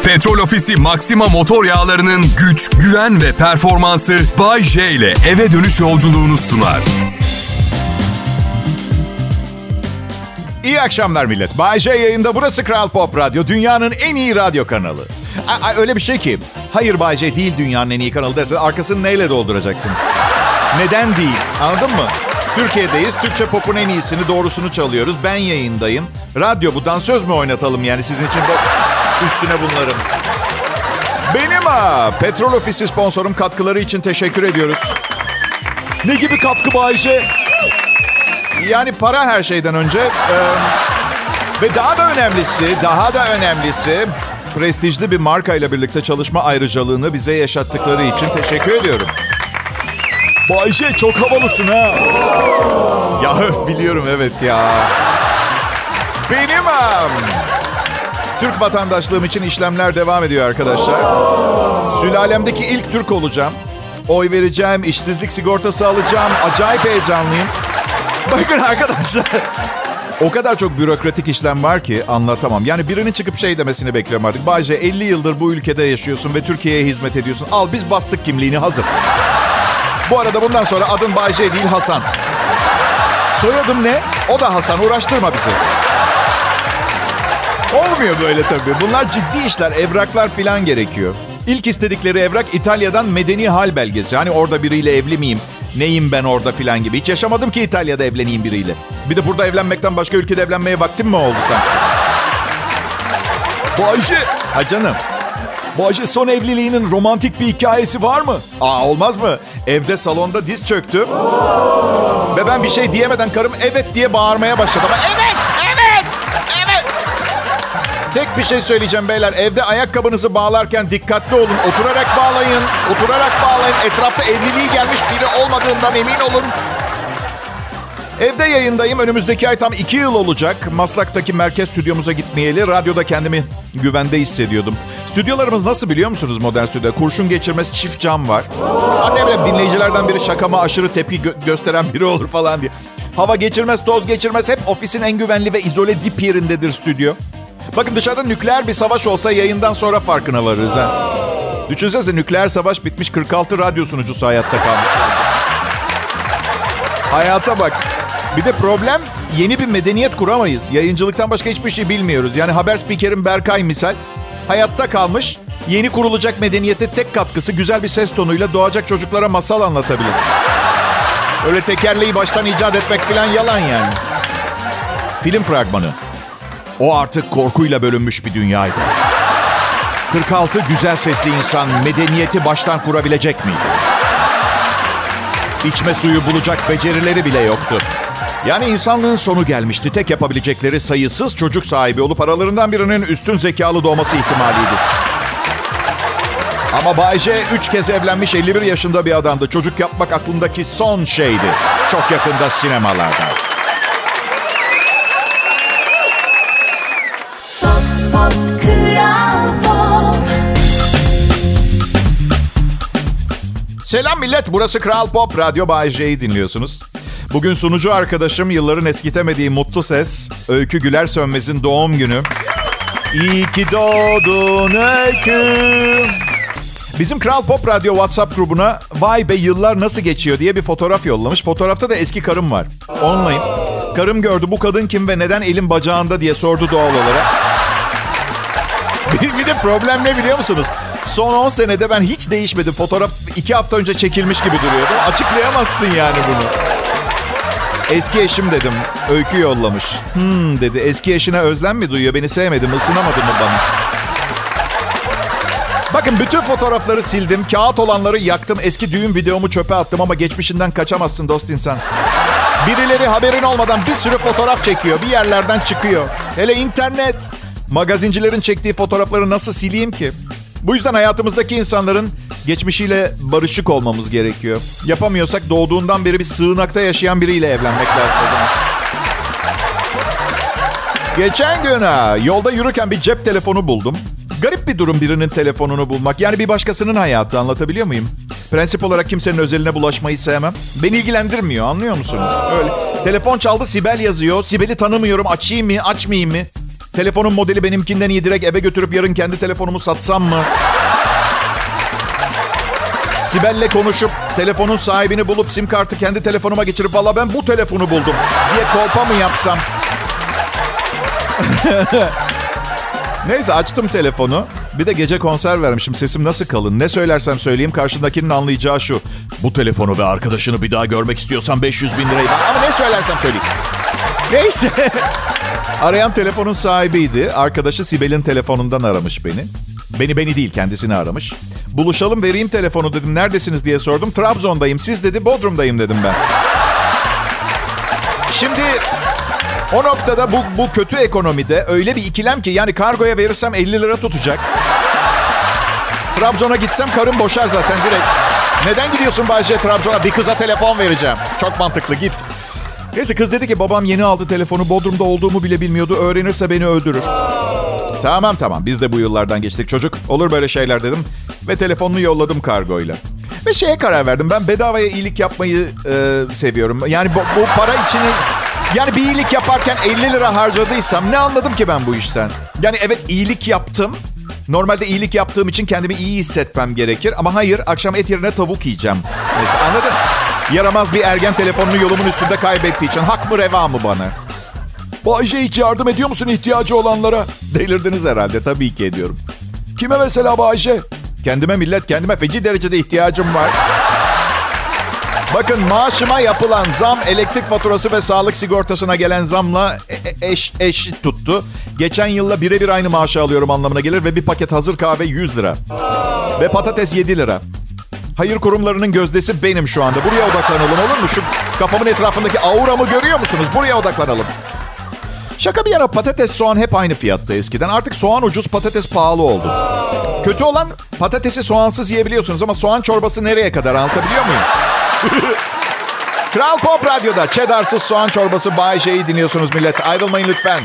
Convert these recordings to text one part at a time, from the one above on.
Petrol Ofisi Maxima motor yağlarının güç, güven ve performansı Bay J ile eve dönüş yolculuğunu sunar. İyi akşamlar millet. Bay J yayında, burası Kral Pop Radyo. Dünyanın en iyi radyo kanalı. Öyle bir şey ki, hayır Bay J değil dünyanın en iyi kanalı derse arkasını neyle dolduracaksınız? Neden değil? Anladın mı? Türkiye'deyiz. Türkçe pop'un en iyisini, doğrusunu çalıyoruz. Ben yayındayım. Radyo bu. Dansöz mü oynatalım yani sizin için? Üstüne bunların. Benim Petrol Ofisi sponsorum, katkıları için teşekkür ediyoruz. Ne gibi katkı Bay J? Yani para her şeyden önce. Ve daha da önemlisi prestijli bir markayla birlikte çalışma ayrıcalığını bize yaşattıkları için teşekkür ediyorum. Bay J çok havalısın ha. Ya biliyorum, evet ya. Benim Türk vatandaşlığım için işlemler devam ediyor arkadaşlar. Sülalemdeki ilk Türk olacağım. Oy vereceğim, işsizlik sigortası alacağım. Acayip heyecanlıyım. Bakın arkadaşlar, o kadar çok bürokratik işlem var ki anlatamam. Yani birinin çıkıp şey demesini bekliyorum artık. Bay J, 50 yıldır bu ülkede yaşıyorsun ve Türkiye'ye hizmet ediyorsun. Al, biz bastık kimliğini, hazır. Bu arada bundan sonra adın Bay J değil, Hasan. Soyadım ne? O da Hasan, uğraştırma bizi. Olmuyor böyle tabii. Bunlar ciddi işler, evraklar falan gerekiyor. İlk istedikleri evrak İtalya'dan medeni hal belgesi. Hani orada biriyle evli miyim? Neyim ben orada filan gibi. Hiç yaşamadım ki İtalya'da evleneyim biriyle. Bir de burada evlenmekten başka ülkede evlenmeye vaktim mi oldu sen? Bay J. Ha canım. Bay J, son evliliğinin romantik bir hikayesi var mı? Olmaz mı? Evde salonda diz çöktü. Ve ben bir şey diyemeden karım evet diye bağırmaya başladı. Ama evet. Tek bir şey söyleyeceğim beyler. Evde ayakkabınızı bağlarken dikkatli olun. Oturarak bağlayın. Etrafta evliliği gelmiş biri olmadığından emin olun. Evde yayındayım. Önümüzdeki ay tam 2 yıl olacak. Maslak'taki merkez stüdyomuza gitmeyeli. Radyoda kendimi güvende hissediyordum. Stüdyolarımız nasıl biliyor musunuz modern stüdyo? Kurşun geçirmez çift cam var. Ne bileyim, dinleyicilerden biri şakama aşırı tepki gösteren biri olur falan diye. Hava geçirmez, toz geçirmez. Hep ofisin en güvenli ve izole dip yerindedir stüdyo. Bakın, dışarıda nükleer bir savaş olsa yayından sonra farkına varırız ha. Düşünsenize, nükleer savaş bitmiş, 46 radyo sunucusu hayatta kalmış. Hayata bak. Bir de problem, yeni bir medeniyet kuramayız. Yayıncılıktan başka hiçbir şey bilmiyoruz. Yani haber spikerim Berkay misal hayatta kalmış. Yeni kurulacak medeniyete tek katkısı güzel bir ses tonuyla doğacak çocuklara masal anlatabilir. Öyle tekerleği baştan icat etmek falan yalan yani. Film fragmanı. O artık korkuyla bölünmüş bir dünyaydı. 46 güzel sesli insan medeniyeti baştan kurabilecek miydi? İçme suyu bulacak becerileri bile yoktu. Yani insanlığın sonu gelmişti. Tek yapabilecekleri sayısız çocuk sahibi olup aralarından birinin üstün zekalı doğması ihtimaliydi. Ama Bay J 3 kez evlenmiş 51 yaşında bir adamdı. Çocuk yapmak aklındaki son şeydi. Çok yakında sinemalarda. Selam millet, burası Kral Pop Radyo, Bay J'yi dinliyorsunuz. Bugün sunucu arkadaşım, yılların eskitemediği mutlu ses, Öykü Güler Sönmez'in doğum günü. İyi ki doğdun Öykü. Bizim Kral Pop Radyo WhatsApp grubuna vay be yıllar nasıl geçiyor diye bir fotoğraf yollamış. Fotoğrafta da eski karım var. Onunlayım. Karım gördü, bu kadın kim ve neden elim bacağında diye sordu doğal olarak. Bir de problem ne biliyor musunuz? Son 10 senede ben hiç değişmedim. Fotoğraf 2 hafta önce çekilmiş gibi duruyordu. Açıklayamazsın yani bunu. Eski eşim dedim. Öykü yollamış. Dedi. Eski eşine özlem mi duyuyor? Beni sevmedi mi? Isınamadı mı bana? Bakın, bütün fotoğrafları sildim. Kağıt olanları yaktım. Eski düğün videomu çöpe attım ama geçmişinden kaçamazsın dost insan. Birileri haberin olmadan bir sürü fotoğraf çekiyor. Bir yerlerden çıkıyor. Hele internet. Magazincilerin çektiği fotoğrafları nasıl sileyim ki? Bu yüzden hayatımızdaki insanların geçmişiyle barışık olmamız gerekiyor. Yapamıyorsak doğduğundan beri bir sığınakta yaşayan biriyle evlenmek lazım o zaman. Geçen gün yolda yürürken bir cep telefonu buldum. Garip bir durum birinin telefonunu bulmak. Yani bir başkasının hayatı, anlatabiliyor muyum? Prensip olarak kimsenin özeline bulaşmayı sevmem. Beni ilgilendirmiyor, anlıyor musunuz? Öyle. Telefon çaldı, Sibel yazıyor. Sibel'i tanımıyorum, açayım mı, açmayayım mı? Telefonun modeli benimkinden iyi, direkt eve götürüp yarın kendi telefonumu satsam mı? Sibel'le konuşup telefonun sahibini bulup sim kartı kendi telefonuma geçirip valla ben bu telefonu buldum diye kolpa mı yapsam? Neyse açtım telefonu. Bir de gece konser vermişim. Sesim nasıl kalın? Ne söylersem söyleyeyim karşındakinin anlayacağı şu: bu telefonu ve arkadaşını bir daha görmek istiyorsan 500 bin lirayı... Ama ne söylersem söyleyeyim. Neyse. Arayan telefonun sahibiydi. Arkadaşı Sibel'in telefonundan aramış beni. Beni değil, kendisini aramış. Buluşalım, vereyim telefonu dedim. Neredesiniz diye sordum. Trabzon'dayım. Siz dedi, Bodrum'dayım dedim ben. Şimdi o noktada bu kötü ekonomide öyle bir ikilem ki, yani kargoya verirsem 50 lira tutacak. Trabzon'a gitsem karım boşar zaten direkt. Neden gidiyorsun Bayce Trabzon'a? Bir kıza telefon vereceğim. Çok mantıklı, git. Neyse kız dedi ki babam yeni aldı telefonu. Bodrum'da olduğumu bile bilmiyordu. Öğrenirse beni öldürür. Tamam biz de bu yıllardan geçtik çocuk. Olur böyle şeyler dedim. Ve telefonunu yolladım kargoyla. Ve şeye karar verdim. Ben bedavaya iyilik yapmayı seviyorum. Yani bu para için... Yani bir iyilik yaparken 50 lira harcadıysam ne anladım ki ben bu işten? Yani evet, iyilik yaptım. Normalde iyilik yaptığım için kendimi iyi hissetmem gerekir. Ama hayır, akşam et yerine tavuk yiyeceğim. Neyse, anladın? Yaramaz bir ergen telefonunu yolumun üstünde kaybettiği için hak mı reva mı bana? Bayce, hiç yardım ediyor musun ihtiyacı olanlara? Delirdiniz herhalde, tabii ki ediyorum. Kime mesela Bayce? Kendime millet, kendime feci derecede ihtiyacım var. Bakın, maaşıma yapılan zam, elektrik faturası ve sağlık sigortasına gelen zamla eşit tuttu. Geçen yılla birebir aynı maaşı alıyorum anlamına gelir ve bir paket hazır kahve 100 lira. Ve patates 7 lira. Hayır kurumlarının gözdesi benim şu anda. Buraya odaklanalım, olur mu? Şu kafamın etrafındaki auramı görüyor musunuz? Buraya odaklanalım. Şaka bir yana, patates, soğan hep aynı fiyatta eskiden. Artık soğan ucuz, patates pahalı oldu. Kötü olan, patatesi soğansız yiyebiliyorsunuz ama soğan çorbası nereye kadar, anlatabiliyor muyum? Kral Pop Radyo'da cheddarsız soğan çorbası Bay J'yi dinliyorsunuz millet. Ayrılmayın lütfen.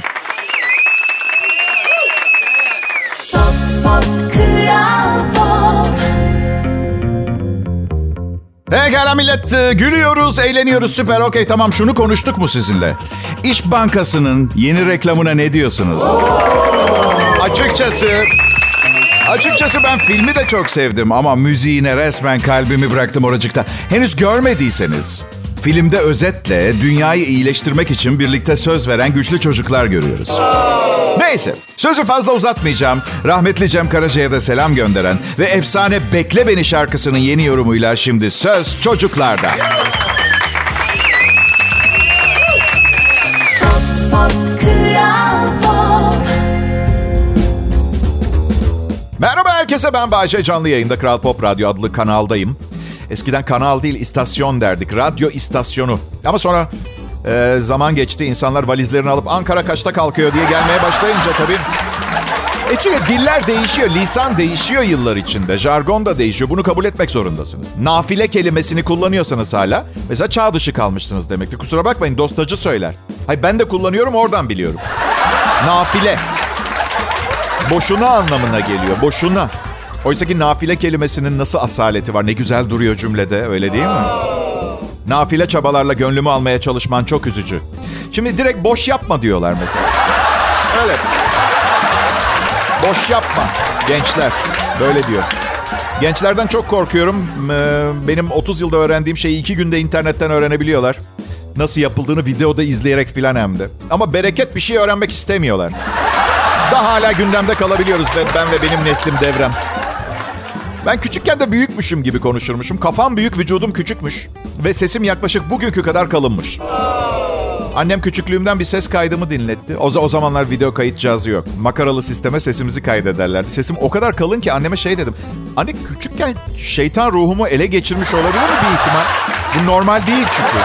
Pekala millet, gülüyoruz, eğleniyoruz, süper. Okey, tamam, şunu konuştuk mu sizinle? İş Bankası'nın yeni reklamına ne diyorsunuz? Açıkçası ben filmi de çok sevdim ama müziğine resmen kalbimi bıraktım oracıkta. Henüz görmediyseniz, filmde özetle dünyayı iyileştirmek için birlikte söz veren güçlü çocuklar görüyoruz. Neyse, sözü fazla uzatmayacağım. Rahmetli Cem Karaca'ya da selam gönderen ve efsane Bekle Beni şarkısının yeni yorumuyla şimdi söz çocuklarda. Merhaba herkese, ben Bayce, canlı yayında Kral Pop Radyo adlı kanaldayım. Eskiden kanal değil, istasyon derdik. Radyo istasyonu. Ama sonra zaman geçti, insanlar valizlerini alıp Ankara kaçta kalkıyor diye gelmeye başlayınca tabii. Çünkü diller değişiyor, lisan değişiyor yıllar içinde. Jargon da değişiyor, bunu kabul etmek zorundasınız. Nafile kelimesini kullanıyorsanız hala, mesela çağ dışı kalmışsınız demektir. Kusura bakmayın, dostacı söyler. Hayır, ben de kullanıyorum, oradan biliyorum. Nafile. Boşuna anlamına geliyor, boşuna. Oysa ki nafile kelimesinin nasıl asaleti var, ne güzel duruyor cümlede, öyle değil mi? Nafile çabalarla gönlümü almaya çalışman çok üzücü. Şimdi direkt boş yapma diyorlar mesela. Öyle. Boş yapma gençler, böyle diyor. Gençlerden çok korkuyorum. Benim 30 yılda öğrendiğim şeyi 2 günde internetten öğrenebiliyorlar. Nasıl yapıldığını videoda izleyerek filan hem de. Ama bereket bir şey öğrenmek istemiyorlar. Daha hala gündemde kalabiliyoruz ben ve benim neslim, devrem. Ben küçükken de büyükmüşüm gibi konuşurmuşum. Kafam büyük, vücudum küçükmüş. Ve sesim yaklaşık bugünkü kadar kalınmış. Annem küçüklüğümden bir ses kaydımı dinletti. O zamanlar video kayıt cihazı yok. Makaralı sisteme sesimizi kaydederlerdi. Sesim o kadar kalın ki anneme şey dedim. Anne, küçükken şeytan ruhumu ele geçirmiş olabilir mi bir ihtimal? Bu normal değil çünkü.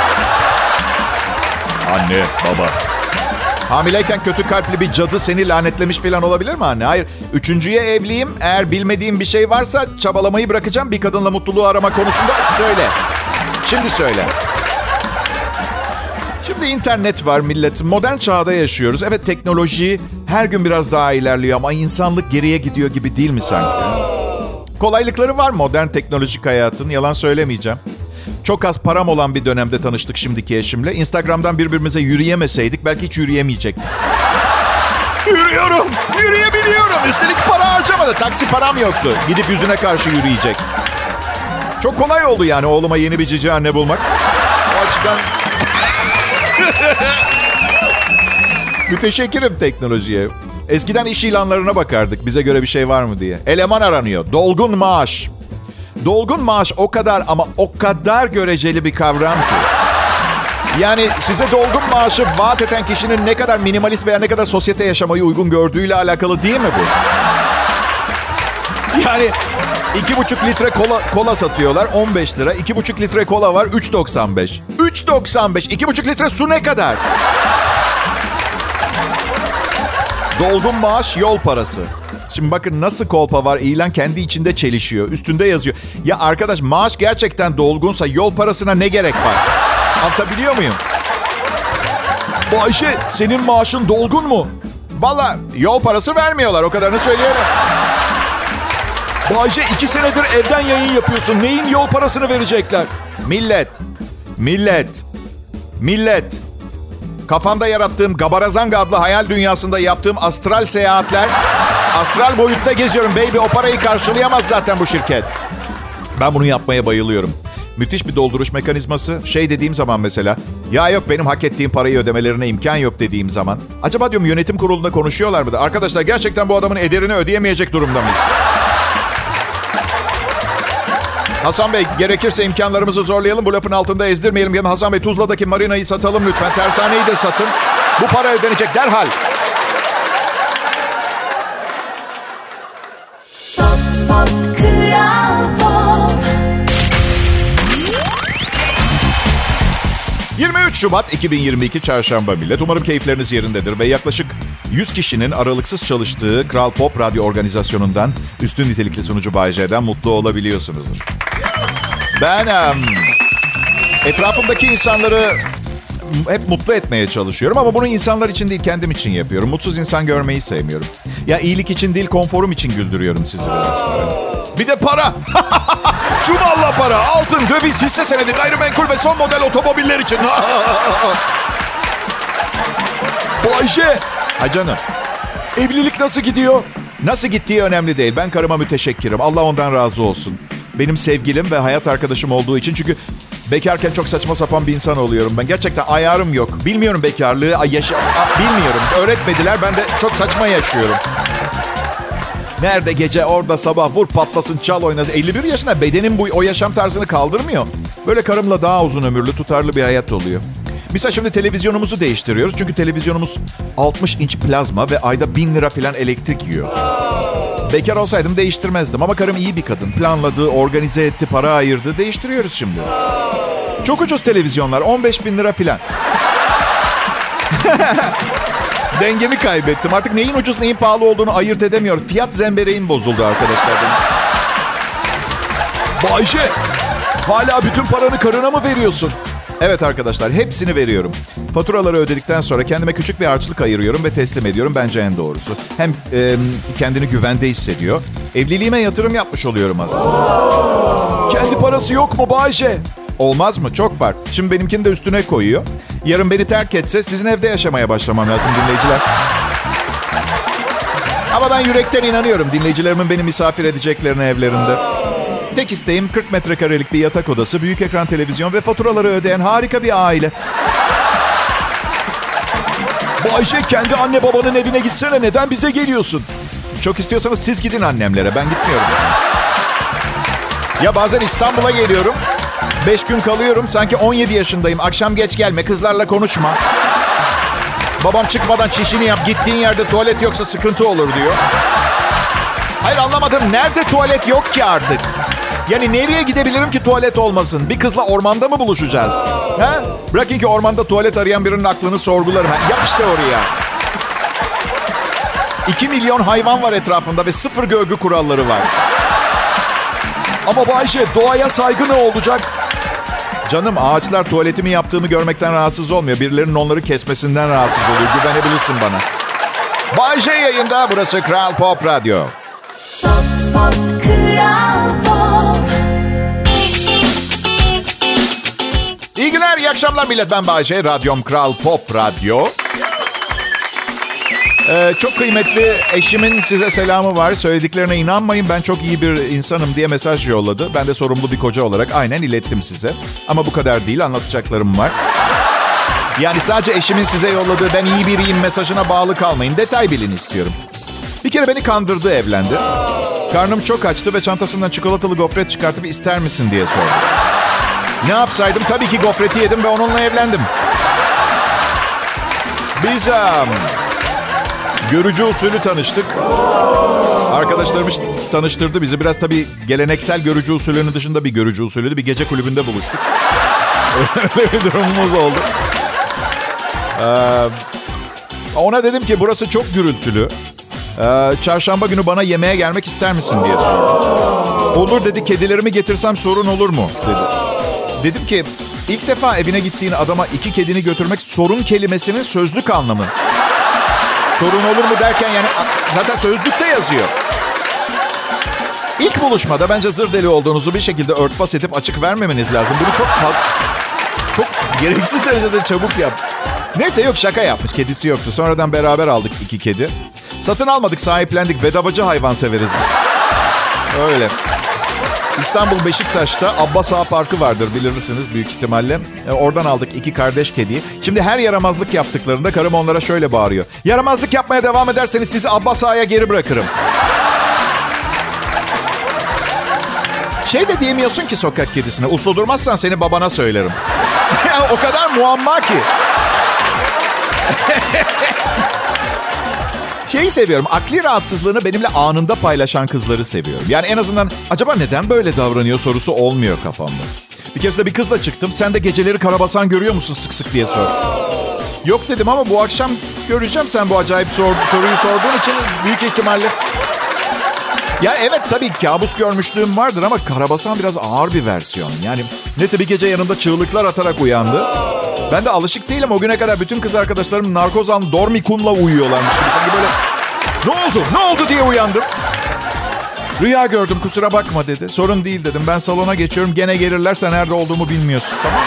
Anne, baba. Hamileyken kötü kalpli bir cadı seni lanetlemiş falan olabilir mi anne? Hayır. 3.'ye evliyim. Eğer bilmediğim bir şey varsa çabalamayı bırakacağım. Bir kadınla mutluluğu arama konusunda söyle. Şimdi söyle. Şimdi internet var millet. Modern çağda yaşıyoruz. Evet, teknoloji her gün biraz daha ilerliyor ama insanlık geriye gidiyor gibi değil mi sanki? Kolaylıkları var modern teknolojik hayatın. Yalan söylemeyeceğim. Çok az param olan bir dönemde tanıştık şimdiki eşimle. Instagram'dan birbirimize yürüyemeseydik belki hiç yürüyemeyecektik. Yürüyorum. Yürüyebiliyorum. Üstelik para harcamadı. Taksi param yoktu. Gidip yüzüne karşı yürüyecek. Çok kolay oldu yani oğluma yeni bir cici anne bulmak. O açıdan... Müteşekkirim teknolojiye. Eskiden iş ilanlarına bakardık bize göre bir şey var mı diye. Eleman aranıyor. Dolgun maaş. Dolgun maaş o kadar ama o kadar göreceli bir kavram ki. Yani size dolgun maaşı vaat eden kişinin ne kadar minimalist veya ne kadar sosyete yaşamayı uygun gördüğüyle alakalı değil mi bu? Yani 2,5 litre kola satıyorlar 15 lira. 2,5 litre kola var 3,95. 3,95. 2,5 litre su ne kadar? Dolgun maaş yol parası. Şimdi bakın nasıl kolpa var. İlan kendi içinde çelişiyor. Üstünde yazıyor. Ya arkadaş maaş gerçekten dolgunsa yol parasına ne gerek var? Anlatabiliyor muyum? Bayşe, senin maaşın dolgun mu? Valla yol parası vermiyorlar. O kadarını söyleyemem. Bayşe 2 senedir evden yayın yapıyorsun. Neyin yol parasını verecekler? Millet. Kafamda yarattığım Gabarazanga adlı hayal dünyasında yaptığım astral seyahatler. Astral boyutta geziyorum baby. O parayı karşılayamaz zaten bu şirket. Ben bunu yapmaya bayılıyorum. Müthiş bir dolduruş mekanizması. Şey dediğim zaman mesela. Ya yok benim hak ettiğim parayı ödemelerine imkan yok dediğim zaman. Acaba diyorum yönetim kurulunda konuşuyorlar mıdır? Arkadaşlar gerçekten bu adamın ederini ödeyemeyecek durumda mıyız? Hasan Bey gerekirse imkanlarımızı zorlayalım. Bu lafın altında ezdirmeyelim. Yani Hasan Bey Tuzla'daki marinayı satalım lütfen. Tersaneyi de satın. Bu para ödenecek derhal. Kral Pop. 23 Şubat 2022 Çarşamba millet. Umarım keyifleriniz yerindedir ve yaklaşık 100 kişinin aralıksız çalıştığı Kral Pop Radyo organizasyonundan üstün nitelikli sunucu Bay J'den mutlu olabiliyorsunuzdur. Ben etrafımdaki insanları hep mutlu etmeye çalışıyorum ama bunu insanlar için değil kendim için yapıyorum. Mutsuz insan görmeyi sevmiyorum. Ya iyilik için değil konforum için güldürüyorum sizi biraz. Bir de para. Çuvalla para, altın, döviz, hisse senedi, gayrimenkul ve son model otomobiller için. Bayşe, Ha canım. evlilik nasıl gidiyor? Nasıl gittiği önemli değil. Ben karıma müteşekkirim. Allah ondan razı olsun. Benim sevgilim ve hayat arkadaşım olduğu için. Çünkü bekarken çok saçma sapan bir insan oluyorum. Ben gerçekten ayarım yok. Bilmiyorum bekarlığı. Bilmiyorum. Öğretmediler. Ben de çok saçma yaşıyorum. Nerede gece orada sabah vur patlasın çal oynasın. 51 yaşında bedenim o yaşam tarzını kaldırmıyor. Böyle karımla daha uzun ömürlü tutarlı bir hayat oluyor. Mesela şimdi televizyonumuzu değiştiriyoruz. Çünkü televizyonumuz 60 inç plazma ve ayda 1000 lira falan elektrik yiyor. Bekar olsaydım değiştirmezdim ama karım iyi bir kadın. Planladı, organize etti, para ayırdı. Değiştiriyoruz şimdi. Çok ucuz televizyonlar. 15.000 lira falan. Dengemi kaybettim. Artık neyin ucuz neyin pahalı olduğunu ayırt edemiyorum. Fiyat zembereğim bozuldu arkadaşlar. Bayşe, hala bütün paranı karına mı veriyorsun? Evet arkadaşlar hepsini veriyorum. Faturaları ödedikten sonra kendime küçük bir harçlık ayırıyorum ve teslim ediyorum. Bence en doğrusu. Hem kendini güvende hissediyor. Evliliğime yatırım yapmış oluyorum aslında. Kendi parası yok mu Bayşe? Olmaz mı? Çok var. Şimdi benimkini de üstüne koyuyor. Yarın beni terk etse sizin evde yaşamaya başlamam lazım dinleyiciler. Ama ben yürekten inanıyorum dinleyicilerimin beni misafir edeceklerine evlerinde. Tek isteğim 40 metrekarelik bir yatak odası, büyük ekran televizyon ve faturaları ödeyen harika bir aile. Bayşe, kendi anne babanın evine gitsene, neden bize geliyorsun? Çok istiyorsanız siz gidin annemlere, ben gitmiyorum. Ya bazen İstanbul'a geliyorum, 5 gün kalıyorum, sanki 17 yaşındayım. Akşam geç gelme, kızlarla konuşma. Babam çıkmadan çişini yap, gittiğin yerde tuvalet yoksa sıkıntı olur diyor. Hayır anlamadım, nerede tuvalet yok ki artık? Yani nereye gidebilirim ki tuvalet olmasın? Bir kızla ormanda mı buluşacağız? Ha? Bırakın ki ormanda tuvalet arayan birinin aklını sorgularım. Yap işte oraya. 2 milyon hayvan var etrafında ve 0 görgü kuralları var. Ama Bayşe, doğaya saygı ne olacak? Canım ağaçlar tuvaletimi yaptığımı görmekten rahatsız olmuyor. Birilerinin onları kesmesinden rahatsız oluyor. Güvenebilirsin bana. Bay J yayında, burası Kral Pop Radyo. Pop, pop, Kral Pop. İyi günler, iyi akşamlar millet. Ben Bay J, radyom Kral Pop Radyo. Çok kıymetli eşimin size selamı var. Söylediklerine inanmayın, ben çok iyi bir insanım diye mesaj yolladı. Ben de sorumlu bir koca olarak aynen ilettim size. Ama bu kadar değil, anlatacaklarım var. Yani sadece eşimin size yolladığı ben iyi biriyim mesajına bağlı kalmayın. Detay bilin istiyorum. Bir kere beni kandırdı, evlendi. Karnım çok açtı ve çantasından çikolatalı gofret çıkartıp ister misin diye sordu. Ne yapsaydım? Tabii ki gofreti yedim ve onunla evlendim. Biz görücü usulü tanıştık. Arkadaşlarımız tanıştırdı bizi. Biraz tabii geleneksel görücü usulünün dışında bir görücü usulüydü. Bir gece kulübünde buluştuk. Öyle bir durumumuz oldu. Ona dedim ki burası çok gürültülü. Çarşamba günü bana yemeğe gelmek ister misin diye sordum. Olur dedi, kedilerimi getirsem sorun olur mu dedi. Dedim ki ilk defa evine gittiğin adama 2 kedini götürmek sorun kelimesinin sözlük anlamı. Sorun olur mu derken yani zaten sözlükte yazıyor. İlk buluşmada bence zır deli olduğunuzu bir şekilde örtbas edip açık vermemeniz lazım. Bunu çok gereksiz derecede çabuk yap. Neyse yok, şaka yapmış, kedisi yoktu. Sonradan beraber aldık 2 kedi. Satın almadık, sahiplendik. Bedavacı hayvan severiz biz. Öyle. İstanbul Beşiktaş'ta Abbas Ağa Parkı vardır, bilirsiniz büyük ihtimalle. Oradan aldık 2 kardeş kediyi. Şimdi her yaramazlık yaptıklarında karım onlara şöyle bağırıyor. Yaramazlık yapmaya devam ederseniz sizi Abbas Ağa'ya geri bırakırım. Şey de diyemiyorsun ki sokak kedisine. Uslu durmazsan seni babana söylerim. O kadar muamma ki. Şeyi seviyorum. Akli rahatsızlığını benimle anında paylaşan kızları seviyorum. Yani en azından acaba neden böyle davranıyor sorusu olmuyor kafamda. Bir keresinde bir kızla çıktım. Sen de geceleri karabasan görüyor musun sık sık diye sordu. Yok dedim ama bu akşam göreceğim, sen bu acayip soruyu sorduğun için büyük ihtimalle. Ya evet tabii kabus görmüşlüğüm vardır ama karabasan biraz ağır bir versiyon. Yani neyse bir gece yanımda çığlıklar atarak uyandı. Ben de alışık değilim. O güne kadar bütün kız arkadaşlarım narkoz alın dormikumla uyuyorlarmış gibi. Sanki böyle ne oldu diye uyandım. Rüya gördüm, kusura bakma dedi. Sorun değil dedim. Ben salona geçiyorum. Gene gelirlerse nerede olduğumu bilmiyorsun. Tamam mı?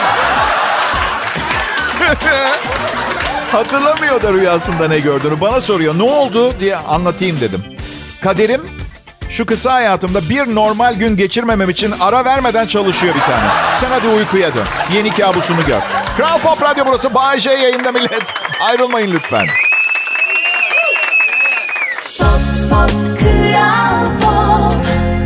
Hatırlamıyor da rüyasında ne gördüğünü. Bana soruyor ne oldu diye anlatayım dedim. Kaderim şu kısa hayatımda bir normal gün geçirmemem için ara vermeden çalışıyor bir tane. Sen hadi uykuya dön. Yeni kabusunu gör. Kral Pop Radyo burası. Bay J yayında millet. Ayrılmayın lütfen. Pop, pop, Kral Pop.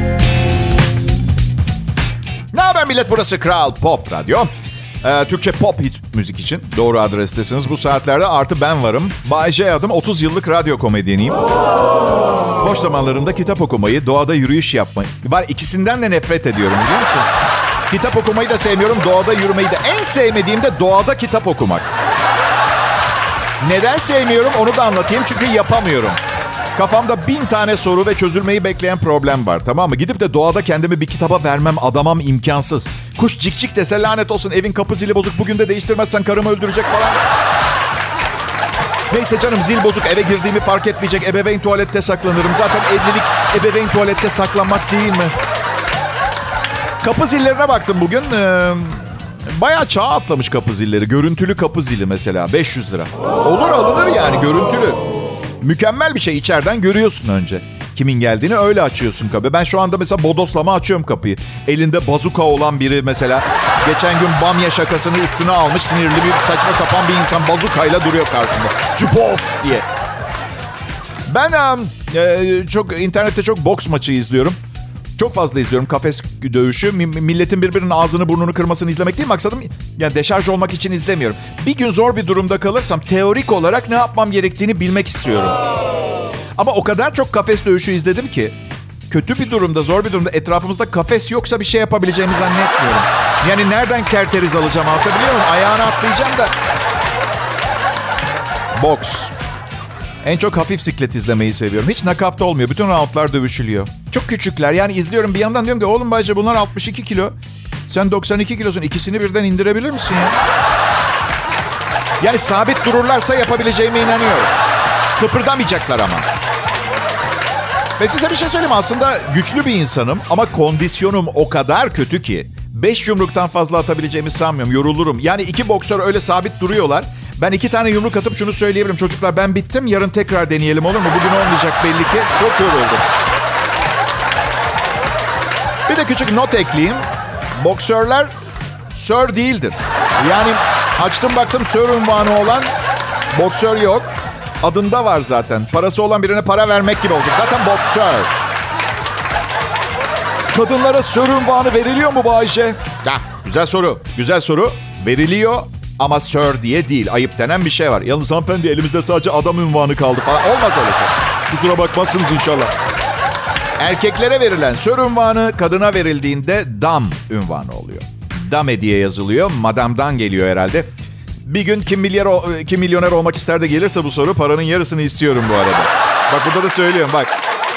Ne haber millet, burası Kral Pop Radyo. Türkçe pop hit müzik için doğru adrestesiniz. Bu saatlerde artı ben varım. Bay J adım, 30 yıllık radyo komedyeniyim. Boş zamanlarında kitap okumayı, doğada yürüyüş yapmayı... Var, ikisinden de nefret ediyorum biliyor musunuz? Kitap okumayı da sevmiyorum, doğada yürümeyi de. En sevmediğim de doğada kitap okumak. Neden sevmiyorum onu da anlatayım, çünkü yapamıyorum. Kafamda 1000 tane soru ve çözülmeyi bekleyen problem var, tamam mı? Gidip de doğada kendimi bir kitaba adamam imkansız. Kuş cik cik dese lanet olsun, evin kapı zili bozuk, bugün de değiştirmezsen karımı öldürecek falan. Neyse canım, zil bozuk, eve girdiğimi fark etmeyecek, ebeveyn tuvalette saklanırım. Zaten evlilik ebeveyn tuvalette saklanmak değil mi? Kapı zillerine baktım bugün. Bayağı çağ atlamış kapı zilleri. Görüntülü kapı zili mesela 500 lira. Olur, alınır yani, görüntülü. Mükemmel bir şey, içeriden görüyorsun önce. Kimin geldiğini öyle açıyorsun kapıyı. Ben şu anda mesela bodoslama açıyorum kapıyı. Elinde bazuka olan biri mesela. Geçen gün bamya şakasını üstüne almış sinirli bir saçma sapan bir insan bazukayla duruyor karşımda. Cüpof diye. Ben çok internette çok boks maçı izliyorum. Çok fazla izliyorum kafes dövüşü. Milletin birbirinin ağzını burnunu kırmasını izlemek değil maksadım. Yani deşarj olmak için izlemiyorum. Bir gün zor bir durumda kalırsam teorik olarak ne yapmam gerektiğini bilmek istiyorum. Ama o kadar çok kafes dövüşü izledim ki kötü bir durumda, zor bir durumda etrafımızda kafes yoksa bir şey yapabileceğimi zannetmiyorum. Yani nereden kerteriz alacağım, anlatabiliyor muyum? Ayağına atlayacağım da. Boks. En çok hafif siklet izlemeyi seviyorum. Hiç nakavta olmuyor. Bütün roundlar dövüşülüyor. Çok küçükler. Yani izliyorum bir yandan diyorum ki oğlum Bayce bunlar 62 kilo. Sen 92 kilosun. İkisini birden indirebilir misin ya? Yani sabit dururlarsa yapabileceğime inanıyorum. Kıpırdamayacaklar ama. Ve size bir şey söyleyeyim. Aslında güçlü bir insanım ama kondisyonum o kadar kötü ki 5 yumruktan fazla atabileceğimi sanmıyorum. Yorulurum. Yani 2 boksör öyle sabit duruyorlar. Ben 2 tane yumruk atıp şunu söyleyebilirim. Çocuklar ben bittim, yarın tekrar deneyelim, olur mu? Bugün olmayacak belli ki. Çok yoruldum. Bir de küçük not ekleyeyim. Boksörler sir değildir. Yani açtım baktım sir unvanı olan boksör yok. Adında var zaten. Parası olan birine para vermek gibi olacak. Zaten boksör. Kadınlara sir unvanı veriliyor mu Bayce? Ya, güzel soru. Güzel soru. Veriliyor ama sir diye değil. Ayıp denen bir şey var. Yalnız hanımefendi elimizde sadece adam unvanı kaldı falan. Olmaz öyle şey. Kusura bakmazsınız inşallah. Erkeklere verilen sir unvanı kadına verildiğinde dam unvanı oluyor. Dame diye yazılıyor. Madame'dan geliyor herhalde. Bir gün kim milyoner olmak ister de gelirse bu soru, paranın yarısını istiyorum bu arada. Bak burada da söylüyorum bak.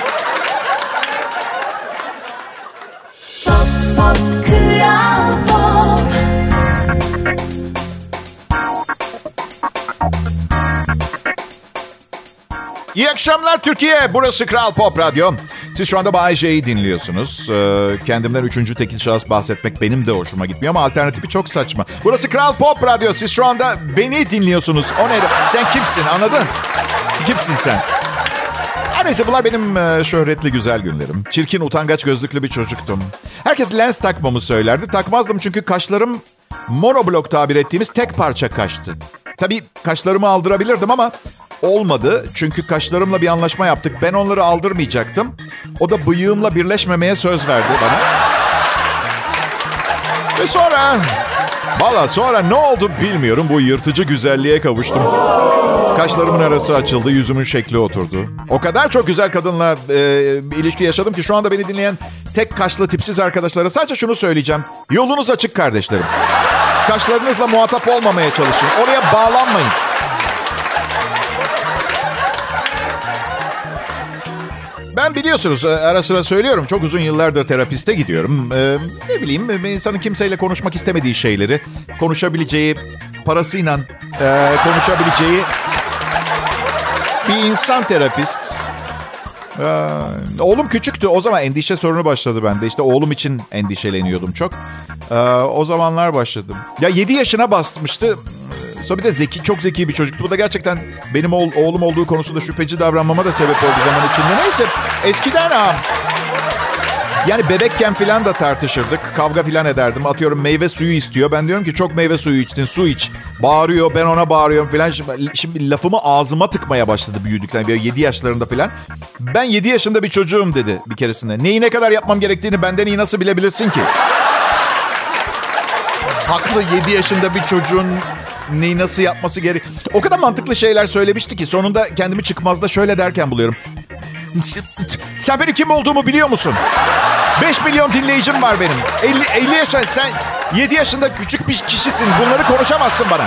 İyi akşamlar Türkiye. Burası Kral Pop Radyo. Siz şu anda Bay J'yi dinliyorsunuz. Kendimden 3. tekil şahıs bahsetmek benim de hoşuma gitmiyor ama alternatifi çok saçma. Burası Kral Pop Radyo. Siz şu anda beni dinliyorsunuz. O neydi? Sen kimsin, anladın? Kimsin sen? Her neyse, bunlar benim şöhretli güzel günlerim. Çirkin, utangaç gözlüklü bir çocuktum. Herkes lens takmamı söylerdi. Takmazdım çünkü kaşlarım monoblok tabir ettiğimiz tek parça kaştı. Tabii kaşlarımı aldırabilirdim ama olmadı. Çünkü kaşlarımla bir anlaşma yaptık. Ben onları aldırmayacaktım. O da bıyığımla birleşmemeye söz verdi bana. Ve sonra ne oldu bilmiyorum. Bu yırtıcı güzelliğe kavuştum. Kaşlarımın arası açıldı, yüzümün şekli oturdu. O kadar çok güzel kadınla ilişki yaşadım ki şu anda beni dinleyen tek kaşlı tipsiz arkadaşlara sadece şunu söyleyeceğim. Yolunuz açık kardeşlerim. Kaşlarınızla muhatap olmamaya çalışın. Oraya bağlanmayın. Ben biliyorsunuz ara sıra söylüyorum. Çok uzun yıllardır terapiste gidiyorum. Ne bileyim, insanın kimseyle konuşmak istemediği şeyleri konuşabileceği, parasıyla konuşabileceği bir insan terapist. Oğlum küçüktü. O zaman endişe sorunu başladı bende. İşte oğlum için endişeleniyordum çok. O zamanlar başladım. Ya 7 yaşına basmıştı. Sonra bir de çok zeki bir çocuktu. Bu da gerçekten benim oğlum olduğu konusunda şüpheci davranmama da sebep oldu zaman içinde. Neyse, eskiden yani bebekken filan da tartışırdık. Kavga filan ederdim. Atıyorum meyve suyu istiyor. Ben diyorum ki çok meyve suyu içtin, su iç. Bağırıyor, ben ona bağırıyorum filan. Şimdi lafımı ağzıma tıkmaya başladı büyüdükten. 7 yaşlarında filan. Ben 7 yaşında bir çocuğum dedi bir keresinde. Neyi ne kadar yapmam gerektiğini benden iyi nasıl bilebilirsin ki? Haklı, 7 yaşında bir çocuğun neyi nasıl yapması gerek. O kadar mantıklı şeyler söylemişti ki sonunda kendimi çıkmazda şöyle derken buluyorum. Sen benim kim olduğumu biliyor musun? 5 milyon dinleyicim var benim. 50 yaşında, sen 7 yaşında küçük bir kişisin. Bunları konuşamazsın bana.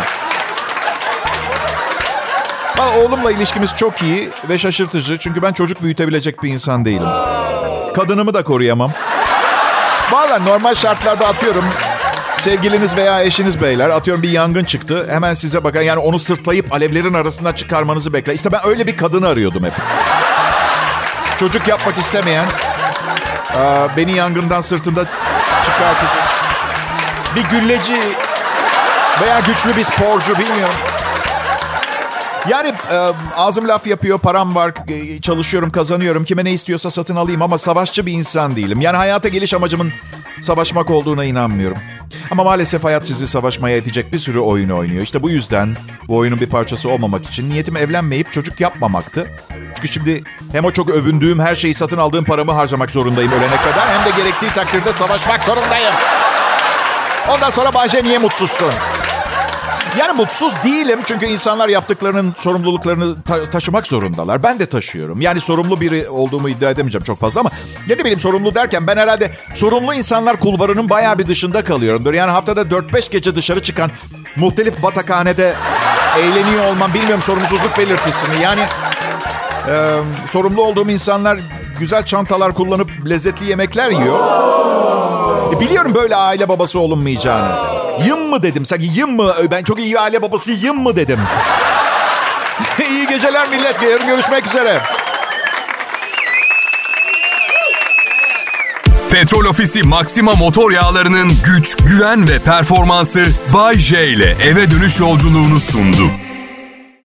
Oğlumla ilişkimiz çok iyi ve şaşırtıcı. Çünkü ben çocuk büyütebilecek bir insan değilim. Kadınımı da koruyamam. Vallahi normal şartlarda atıyorum. Sevgiliniz veya eşiniz beyler, atıyorum bir yangın çıktı. Hemen size bakan, yani onu sırtlayıp alevlerin arasından çıkarmanızı bekler. İşte ben öyle bir kadını arıyordum hep. Çocuk yapmak istemeyen, beni yangından sırtında çıkartıcı. Bir gülleci veya güçlü bir sporcu, bilmiyorum. Yani ağzım laf yapıyor, param var, çalışıyorum, kazanıyorum. Kime ne istiyorsa satın alayım ama savaşçı bir insan değilim. Yani hayata geliş amacımın savaşmak olduğuna inanmıyorum. Ama maalesef hayat sizi savaşmaya itecek bir sürü oyun oynuyor. İşte bu yüzden bu oyunun bir parçası olmamak için niyetim evlenmeyip çocuk yapmamaktı. Çünkü şimdi hem o çok övündüğüm her şeyi satın aldığım paramı harcamak zorundayım ölene kadar, hem de gerektiği takdirde savaşmak zorundayım. Ondan sonra Bayce niye mutsuzsun? Yani mutsuz değilim çünkü insanlar yaptıklarının sorumluluklarını taşımak zorundalar. Ben de taşıyorum. Yani sorumlu biri olduğumu iddia edemeyeceğim çok fazla ama ne bileyim, sorumlu derken ben herhalde sorumlu insanlar kulvarının bayağı bir dışında kalıyorum. Yani haftada 4-5 gece dışarı çıkan, muhtelif batakhanede eğleniyor olmam, bilmiyorum, sorumsuzluk belirtisi mi? Yani sorumlu olduğum insanlar güzel çantalar kullanıp lezzetli yemekler yiyor. Biliyorum böyle aile babası olunmayacağını. Yım mı dedim sanki, yım mı? Ben çok iyi aile babasıyım mı dedim. İyi geceler millet. Yarın görüşmek üzere. Petrol Ofisi Maxima motor yağlarının güç, güven ve performansı Bay J ile eve dönüş yolculuğunu sundu.